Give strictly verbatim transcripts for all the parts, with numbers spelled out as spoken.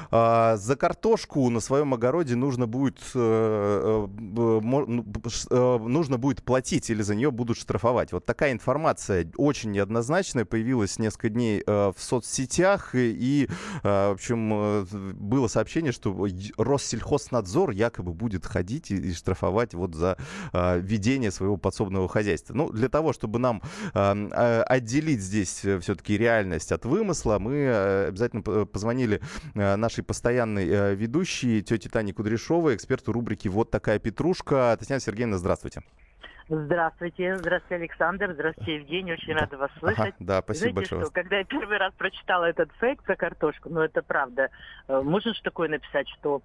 А, за картошку на своем огороде нужно будет, э, э, мо- ну, ш- э, нужно будет платить или за нее будут штрафовать. Вот такая информация очень неоднозначная появилась несколько дней э, в соцсетях. И, и, э, в общем, э, было сообщение, что й- Россельхознадзор якобы будет ходить и, и штрафовать вот за э, ведение своего подсобного хозяйства. Ну, для того, чтобы нам э, э, отделить здесь э, все-таки реальность от вымысла, мы э, обязательно п- позвонили э, нашей постоянной э, ведущей, тете Тане Кудряшовой, эксперту рубрики «Вот такая петрушка». Татьяна Сергеевна, здравствуйте. Здравствуйте, здравствуйте, Александр, здравствуйте, Евгений, очень рада вас слышать. Ага, да, спасибо Знаете большое. что, когда я первый раз прочитала этот фейк про картошку, ну это правда, э, можно же такое написать, что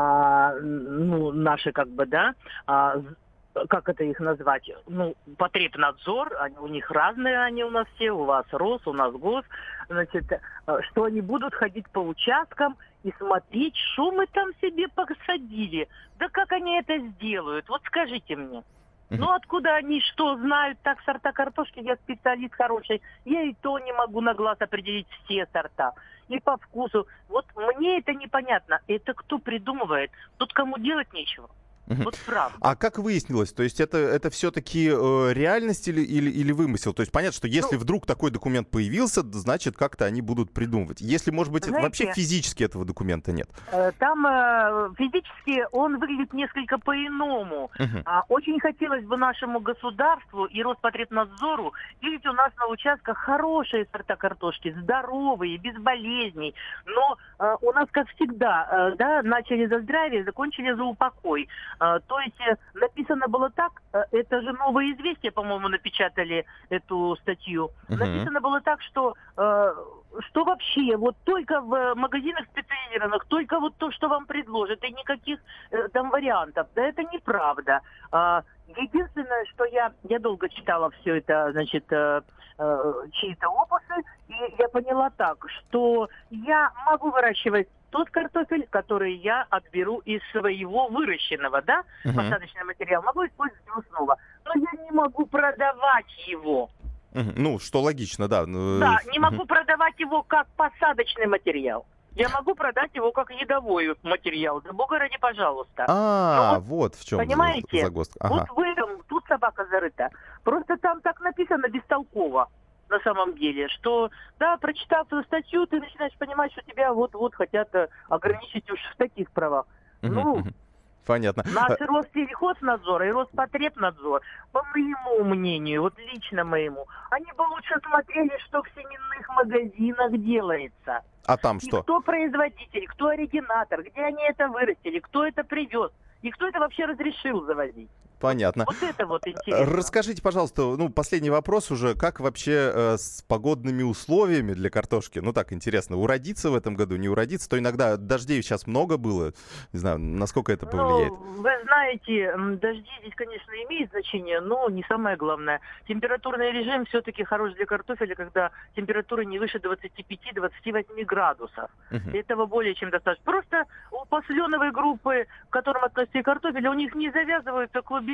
а, ну, наши как бы, да, а, з- как это их назвать, ну, потребнадзор, они, у них разные они у нас все, у вас РОС, у нас ГОС, значит, э, что они будут ходить по участкам и смотреть, что мы там себе посадили. Да как они это сделают? Вот скажите мне. Ну, откуда они что знают, так сорта картошки, я специалист хороший, я и то не могу на глаз определить все сорта. И по вкусу. Вот мне это непонятно. Это кто придумывает? Тут кому делать нечего. Вот правда. А как выяснилось, то есть это, это все-таки э, реальность или, или, или вымысел? То есть понятно, что если Ну, вдруг такой документ появился, значит как-то они будут придумывать. Если, может быть, знаете, вообще физически этого документа нет. Э, Там э, физически он выглядит несколько по-иному. Мгм. А, очень хотелось бы нашему государству и Роспотребнадзору видеть у нас на участках хорошие сорта картошки, здоровые, без болезней. Но э, у нас, как всегда, э, да, начали за здравие, закончили за упокой. Э, то есть э, написано было так, э, это же «Новое известие», по-моему, напечатали эту статью. Мгм. Написано было так, что... э, что вообще, вот только в магазинах специализированных, только вот то, что вам предложат, и никаких э, там вариантов. Да это неправда. А, единственное, что я, я долго читала все это, значит, э, э, чьи-то опусы, и я поняла так, что я могу выращивать тот картофель, который я отберу из своего выращенного, да, Мгм. посадочный материал, могу использовать его снова, но я не могу продавать его. Мгм. Ну, что логично, да. ну, Да, э, не мгм. могу продавать его как посадочный материал. Я могу продать его как едовой материал. Да бога ради, пожалуйста. Ну А, вот, вот в чем понимаете, загвоздка. вот Ага. в этом, тут собака зарыта. Просто там так написано бестолково на самом деле, что, да, прочитав эту статью, ты начинаешь понимать, что тебя вот-вот хотят э, ограничить уж в таких правах. Мгм, Ну, мгм. Понятно. А, наш Россельхознадзор и Роспотребнадзор, по моему мнению, вот лично моему, они бы лучше смотрели, что в семенных магазинах делается. а там И что? кто производитель, кто оригинатор, где они это вырастили, кто это привез, и кто это вообще разрешил завозить. Понятно. Вот это вот интересно. Расскажите, пожалуйста, ну, последний вопрос уже. Как вообще э, с погодными условиями для картошки? Ну, так, интересно, уродиться в этом году, не уродиться? То иногда дождей сейчас много было. Не знаю, насколько это повлияет. Ну, вы знаете, м, дожди здесь, конечно, имеют значение, но не самое главное. Температурный режим все-таки хорош для картофеля, когда температура не выше двадцати пяти — двадцати восьми градусов. Мгм. Этого более чем достаточно. Просто у посленовой группы, к которым относится и картофель, у них не завязываются клубеньки.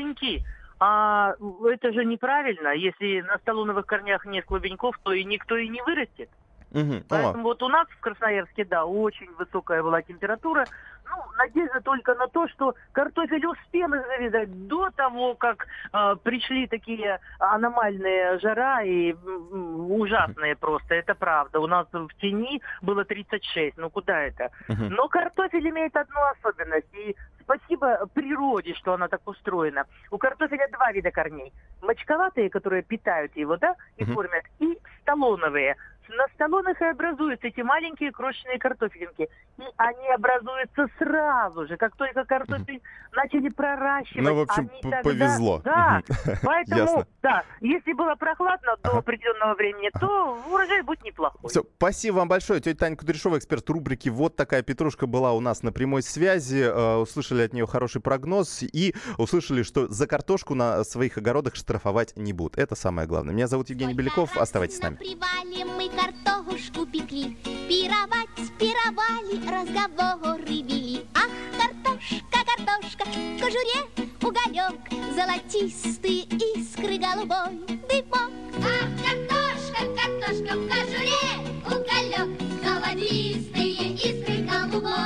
А это же неправильно. Если на столоновых корнях нет клубеньков, то и никто и не вырастет. Мгм. О, Поэтому вот у нас в Красноярске, да, очень высокая была температура. Ну, надежда только на то, что картофель успел их завязать до того, как э, пришли такие аномальные жара и м, ужасные просто. Это правда. У нас в тени было тридцать шесть. Ну, куда это? Мгм. Но картофель имеет одну особенность. И спасибо природе, что она так устроена. У картофеля два вида корней. Мочковатые, которые питают его, да, и Мгм. кормят, и столоновые. На столонах и образуются эти маленькие крошечные картофелинки. И они образуются сразу же, как только картофель начали проращивать. Ну, в общем, они п- тогда... повезло. Да, Мгм. поэтому, Ясно. да, если было прохладно до Ага. определенного времени, то урожай будет неплохой. Все, спасибо вам большое. Тетя Таня Кудряшова, эксперт рубрики «Вот такая петрушка» была у нас на прямой связи. Э, услышали от нее хороший прогноз и услышали, что за картошку на своих огородах штрафовать не будут. Это самое главное. Меня зовут Евгений Беляков. Оставайтесь с нами. На привале мы картошку пекли, пировать пировали, разговоры вели. Ах, картошка, картошка, в кожуре уголек, золотистые искры голубой дымок. Ах, картошка, картошка, в кожуре уголек, золотистые искры голубой.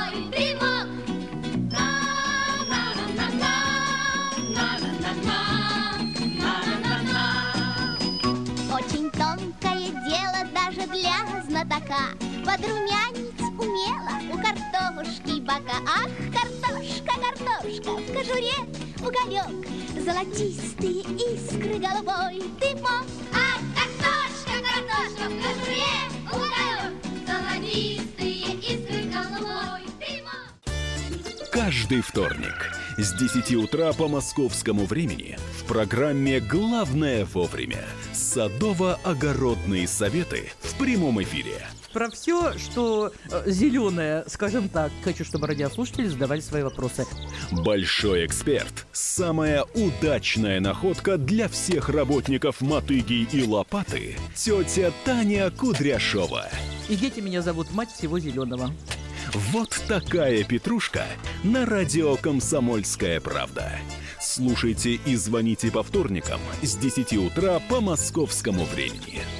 молока. Подрумянить умела у картошки бока. Ах, картошка, картошка, в кожуре уголек, золотистые искры голубой дымок. Ах, картошка, картошка, в кожуре уголек, золотистые искры голубой дымок. Каждый вторник с десяти утра по московскому времени в программе «Главное вовремя» садово-огородные советы в прямом эфире. Про все, что э, зеленое, скажем так, хочу, чтобы радиослушатели задавали свои вопросы. Большой эксперт. Самая удачная находка для всех работников мотыги и лопаты. Тетя Таня Кудряшова. И дети меня зовут мать всего зеленого. Вот такая петрушка на радио «Комсомольская правда». Слушайте и звоните по вторникам с десяти утра по московскому времени.